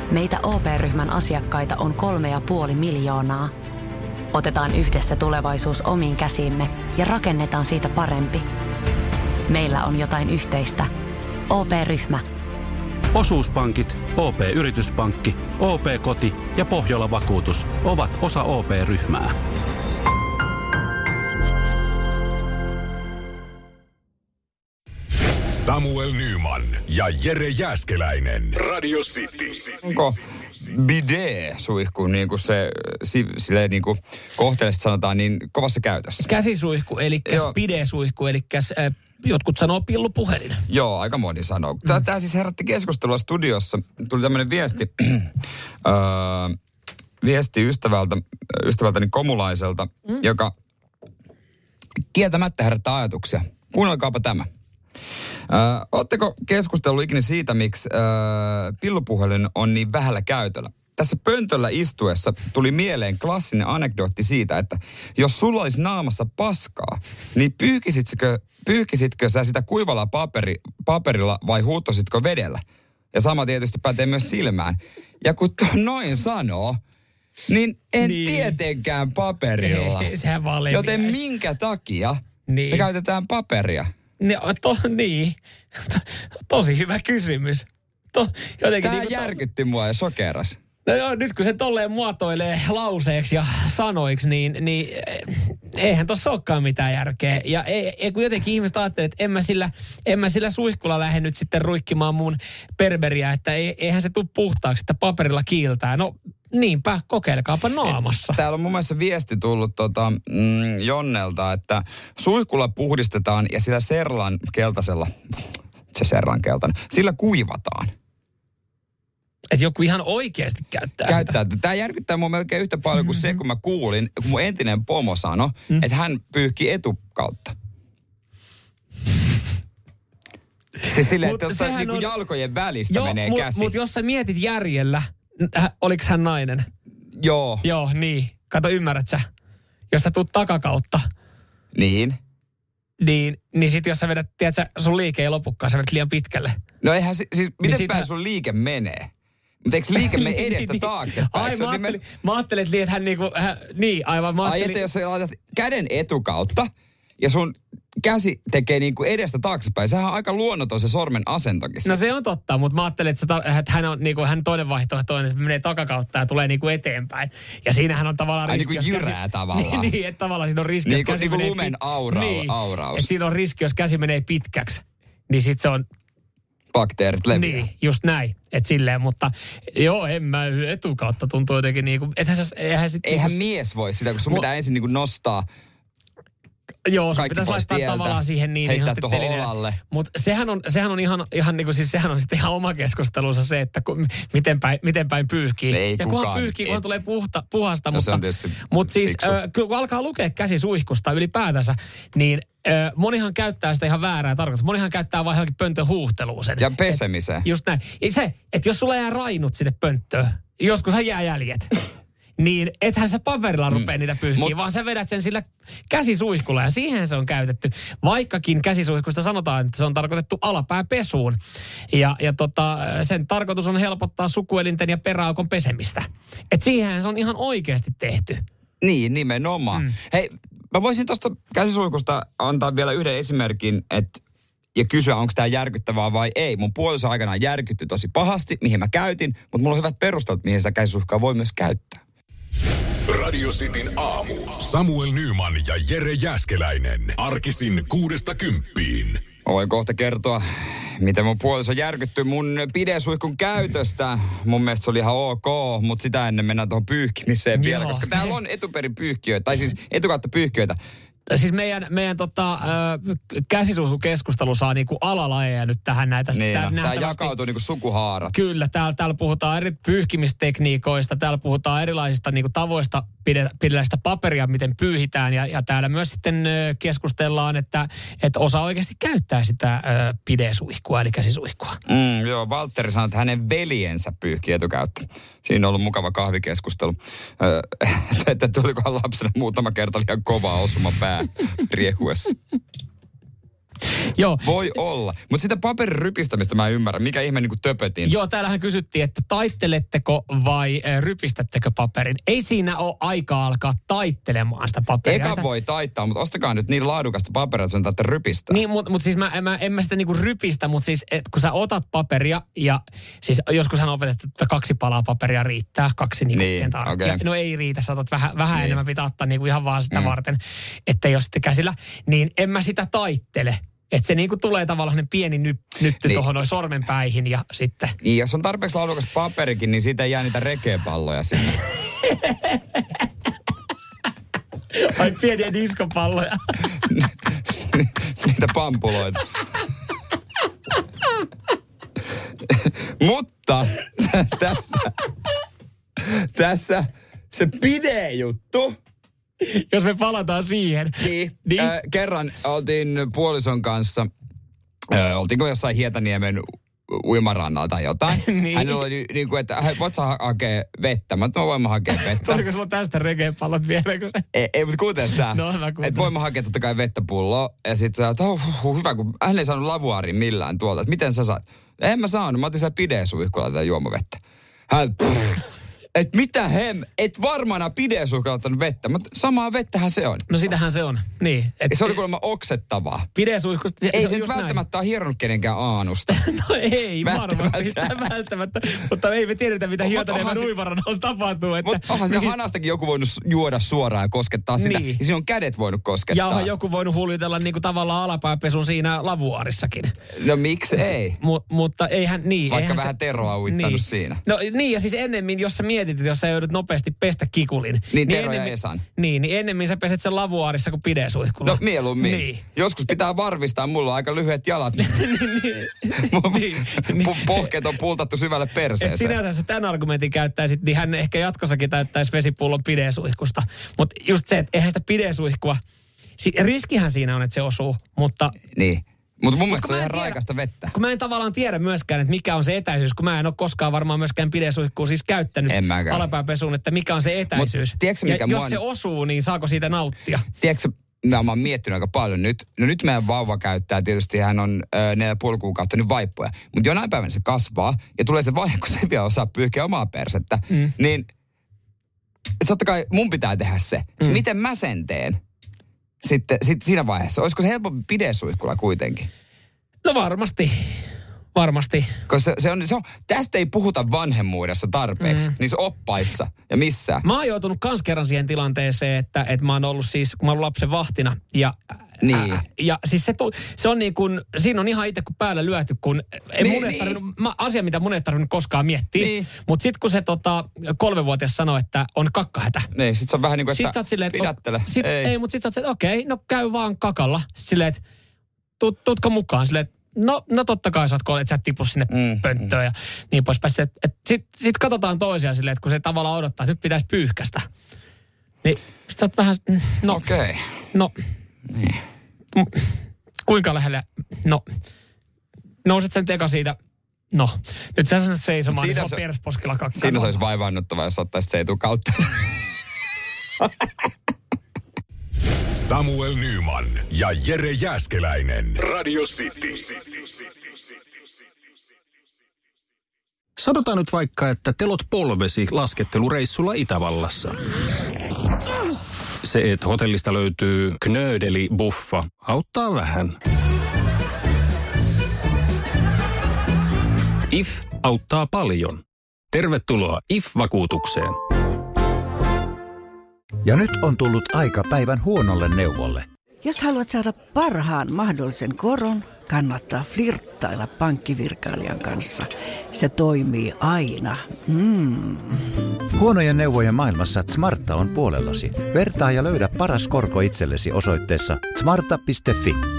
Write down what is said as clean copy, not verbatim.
Meitä OP-ryhmän asiakkaita on 3,5 miljoonaa. Otetaan yhdessä tulevaisuus omiin käsiimme ja rakennetaan siitä parempi. Meillä on jotain yhteistä. OP-ryhmä. Osuuspankit, OP-yrityspankki, OP-koti ja Pohjola-vakuutus ovat osa OP-ryhmää. Samuel Nyman ja Jere Jääskeläinen. Radio City. Onko bidet-suihku, niin kuin se silleen niin kuin kohteellisesti sanotaan, niin kovassa käytössä? Käsisuihku, eli bidet-suihku, eli jotkut sanoo pillupuhelin. Joo, aika moni sanoo. Tämä siis herätti keskustelua studiossa. Tuli tämmöinen viesti ystävältäni Komulaiselta, joka kieltämättä herättää ajatuksia. Kuunnelkaapa tämä. Oletteko keskustellut ikinä siitä, miksi pillupuhelin on niin vähällä käytöllä? Tässä pöntöllä istuessa tuli mieleen klassinen anekdootti siitä, että jos sulla olisi naamassa paskaa, niin pyyhkisitkö sä sitä kuivalla paperilla vai huuhtositko vedellä? Ja sama tietysti pätee myös silmään. Ja kun noin sanoo, niin en tietenkään paperilla. Sehän vaan joten minkä takia me käytetään paperia? Tosi hyvä kysymys. Tämä järkytti mua ja sokeras. No joo, nyt kun se tolleen muotoilee lauseeksi ja sanoiksi, niin eihän tossa olekaan mitään järkeä. Ja kun jotenkin ihmiset ajattelee, että en mä sillä suihkulla lähde nyt sitten ruikkimaan mun berberiä, että eihän se tule puhtaaksi, että paperilla kiiltää. No niinpä, kokeilkaapa naamassa. Täällä on mun mielestä viesti tullut Jonnelta, että suihkulla puhdistetaan ja sillä serlan keltaisella, sillä kuivataan. Että joku ihan oikeasti käyttää sitä. Tämä järkyttää mua melkein yhtä paljon kuin se, kun mä kuulin, kun mun entinen pomo sanoi, että hän pyyhki etukautta. Siis silleen, että jossain niinku jalkojen välistä menee käsi. Mutta jos sä mietit järjellä, oliko hän nainen? Joo. Joo, niin. Kato, ymmärrät sä? Jos sä tuut takakautta. Niin sit jos sä vedät, tiedätkö, sun liike ei lopukkaan, sä vedät liian pitkälle. No eihän siis miten päin sun liike menee? Mutta eikö liike mene edestä taaksepäin? Mä ajattelin, että hän niinku, aivan. Että jos sä laitat käden etukautta ja sun käsi tekee niinku edestä taaksepäin, sehän on aika luonnoton se sormen asentokin. No se on totta, mutta mä ajattelin, että hän on niinku, hän toinen vaihtoehto on, että menee takakautta ja tulee niinku eteenpäin. Ja siinähän on tavallaan riski, jos jyrää tavallaan. niin, että tavallaan siinä on riski, jos käsi menee lumen auraus. Että siinä on riski, jos käsi menee pitkäksi, niin sit se on bakteerit leviää. Niin, just näin. Että silleen, mutta joo, en mä etukautta tuntuu jotenkin niinku, eihän mies voi sitä, kun sun pitää ensin niinku nostaa. Joo, se pitäisi laittaa tavallaan siihen niin heittää tuohon olalle. Mutta sehän on ihan niinku, siis sehän on sitten ihan oma keskustelunsa se, että miten päin pyyhkii. Ja kunhan pyyhkii, kunhan tulee puhasta. No, mutta siis kun alkaa lukea käsisuihkusta ylipäätänsä, niin monihan käyttää sitä ihan väärää tarkoitusta. Monihan käyttää vain johonkin pöntön huuhteluun sen. Ja pesemiseen. Just näin. Ja se, että jos sulla jää rainut sinne pönttöön, joskus jää jäljet. Niin ethän sä paperilla rupea niitä pyyhkiä, vaan sä vedät sen sillä käsisuihkulla ja siihen se on käytetty. Vaikkakin käsisuihkusta sanotaan, että se on tarkoitettu alapääpesuun. Ja sen tarkoitus on helpottaa sukuelinten ja peräaukon pesemistä. Et siihen se on ihan oikeasti tehty. Niin, nimenomaan. Hei, mä voisin tuosta käsisuihkusta antaa vielä yhden esimerkin, ja kysyä, onko tämä järkyttävää vai ei. Mun puoliso aikanaan järkyttyi tosi pahasti, mihin mä käytin, mutta mulla on hyvät perustelut, mihin sitä käsisuihkaa voi myös käyttää. Radio Cityn aamu. Samuel Nyman ja Jere Jääskeläinen. Arkisin 6–10. Voin kohta kertoa, miten mun puoliso järkyttyi mun bidet-suihkun käytöstä. Mun mielestä se oli ihan ok, mutta sitä ennen mennään tuohon pyyhkimiseen vielä, koska täällä on etuperin pyyhkiöitä, tai siis etukautta pyyhkiöitä. Siis meidän käsisuihkukeskustelu saa niinku alalajeja nyt tähän näitä. Niin, tämä jakautuu niinku sukuhaarat. Kyllä, täällä puhutaan eri pyyhkimistekniikoista, täällä puhutaan erilaisista niinku tavoista pidellä sitä paperia, miten pyyhitään. Ja täällä myös sitten keskustellaan, että osa oikeasti käyttää sitä bidet-suihkua, eli käsisuihkua. Joo, Valtteri sanoi, että hänen veljensä pyyhki etukäyttä. Siinä on ollut mukava kahvikeskustelu. Että tulikohan lapsena muutama kerta liian kovaa osuma pää riehuessa. Joo. Voi olla. Mutta sitä paperin rypistämistä mä en ymmärrä. Mikä ihme niin kuin töpötin? Joo, täällähän kysyttiin, että taitteletteko vai rypistättekö paperin. Ei siinä ole aikaa alkaa taittelemaan sitä paperia. Eka voi taittaa, mutta ostakaa nyt niin laadukasta paperia, että sen taitte rypistää. Niin, mutta siis en mä sitä niinku rypistä, mutta siis kun sä otat paperia ja siis joskushan opetettu, että 2 palaa paperia riittää, 2 niinku pientä arkkia. Okay. No ei riitä, sä otat vähän enemmän, pitää ottaa niinku ihan vaan sitä varten, ettei ole sitten käsillä. Niin en mä sitä taittele. Että se niinku tulee tavallaan pieni nytty tuohon noin sormenpäihin ja sitten... Niin, jos on tarpeeksi laadukas paperikin, niin siitä ei jää niitä rekeapalloja sinne. Ai pieniä diskopalloja. Niitä pampuloita. Mutta tässä se pide-juttu. Jos me palataan siihen. Niin. Kerran oltiin puolison kanssa, oltiinko jossain Hietaniemen uimarannalla tai jotain. Niin. Hänellä oli niin kuin, että voit sä hakea vettä? Mä voin hakea vettä. Oliko sulla tästä regepallot vieläkö se? Ei, mutta kuuntele sitä. No, mä kuuntelen. Että voin hakea totta kai vettäpulloa. Ja sit sä hyvä, kun hän ei saanut lavuaarin millään tuolta. Että miten sä saat? En mä saanut. Mä otin siellä pidesuihkulla tätä juomavettä. Hän... Et mitä et varmana pidesuihkulla ottanut vettä, mutta samaa vettähän se on. No sitähän se on, niin. Se oli kuulemma oksettavaa. Pidesuihkusta. Ei se nyt välttämättä ole hieronut kenenkään aanusta. No ei välttämättä. Mutta ei me tiedetä, mitä Hietaniemen uimarannalla tapahtuu. Mutta onhan sitä hanastakin joku voinut juoda suoraan ja koskettaa sitä. Ja siinä on kädet voinut koskettaa. Ja onhan joku voinut huljutella niinku tavallaan alapääpesun siinä lavuaarissakin. No miksi ei? Mutta eihän niin. Vaikka vähän teroa uittanut siinä. No niin, ja siis ennemmin, jos sä mietit, että jos sä joudut nopeasti pestä kikulin. Niin Tero ja Esan. Niin ennemmin sä peset sen lavuaarissa kuin pidesuihkulla. No mieluummin. Niin. Joskus pitää varmistaa, mulla on aika lyhyet jalat. Pohkeet on pultattu syvälle perseeseen. Et sinänsä sä tämän argumentin käyttäisit, niin hän ehkä jatkossakin täyttäisi vesipullon pidesuihkusta. Mutta just se, että eihän sitä pidesuihkua, riskihän siinä on, että se osuu, mutta... Niin. Mutta mun mielestä se on ihan raikasta vettä. Kun mä en tavallaan tiedä myöskään, että mikä on se etäisyys, kun mä en ole koskaan varmaan myöskään pidesuihkua siis käyttänyt alapääpesuun, että mikä on se etäisyys. Mikä jos se osuu, niin saako siitä nauttia? Tiedätkö, mä oon miettinyt aika paljon nyt. No nyt meidän vauva käyttää, tietysti hän on 4,5 kuukautta nyt vaippoja. Mutta jonain päivänä se kasvaa ja tulee se vaihe, kun se vielä osaa pyyhkiä omaa persettä. Niin totta kai mun pitää tehdä se. Miten mä sen teen? Sitten siinä vaiheessa. Olisiko se helpompi pidesuihkulla kuitenkin? No varmasti. Koska se on, tästä ei puhuta vanhemmuudessa tarpeeksi, niissä oppaissa ja missään. Mä oon joutunut kans kerran siihen tilanteeseen, että mä oon ollut siis, kun mä oon lapsen vahtina ja... Niin. Ja siis se on niin kuin, siinä on ihan itse kuin päällä lyöty, kun asia, mitä mun ei tarvinnut koskaan miettiä. Niin. Mutta sitten kun se 3-vuotias sanoi, että on kakkahätä. Niin, sit se on vähän niin kuin, että silleen, pidättele. Ei, mutta sit sä oot silleen, että okei, no käy vaan kakalla. Sitten silleen, että tuutko mukaan? Silleen, että no totta kai saatko, että sä et tipu sinne pönttöön ja niin poispäin. Sitten katsotaan toisiaan silleen, että kun se tavallaan odottaa, että nyt pitäisi pyyhkästä. Niin sit sä oot vähän, no. Okei. Okay. No. Niin. Kuinka lähelle? No. Nouset sen teka siitä. No. Nyt sä sanot seisomaan, niin se on persposkella kakkaan. Siinä se olisi vaivaannuttavaa, jos ottaisit se etukautta. Samuel Nyman ja Jere Jääskeläinen. Radio City. Sanotaan nyt vaikka, että telot polvesi laskettelureissulla Itävallassa. Se, että hotellista löytyy knöydeli-buffa, auttaa vähän. IF auttaa paljon. Tervetuloa IF-vakuutukseen. Ja nyt on tullut aika päivän huonolle neuvolle. Jos haluat saada parhaan mahdollisen koron, kannattaa flirttailla pankkivirkailijan kanssa. Se toimii aina. Huonojen neuvojen maailmassa Smarta on puolellasi. Vertaa ja löydä paras korko itsellesi osoitteessa smarta.fi.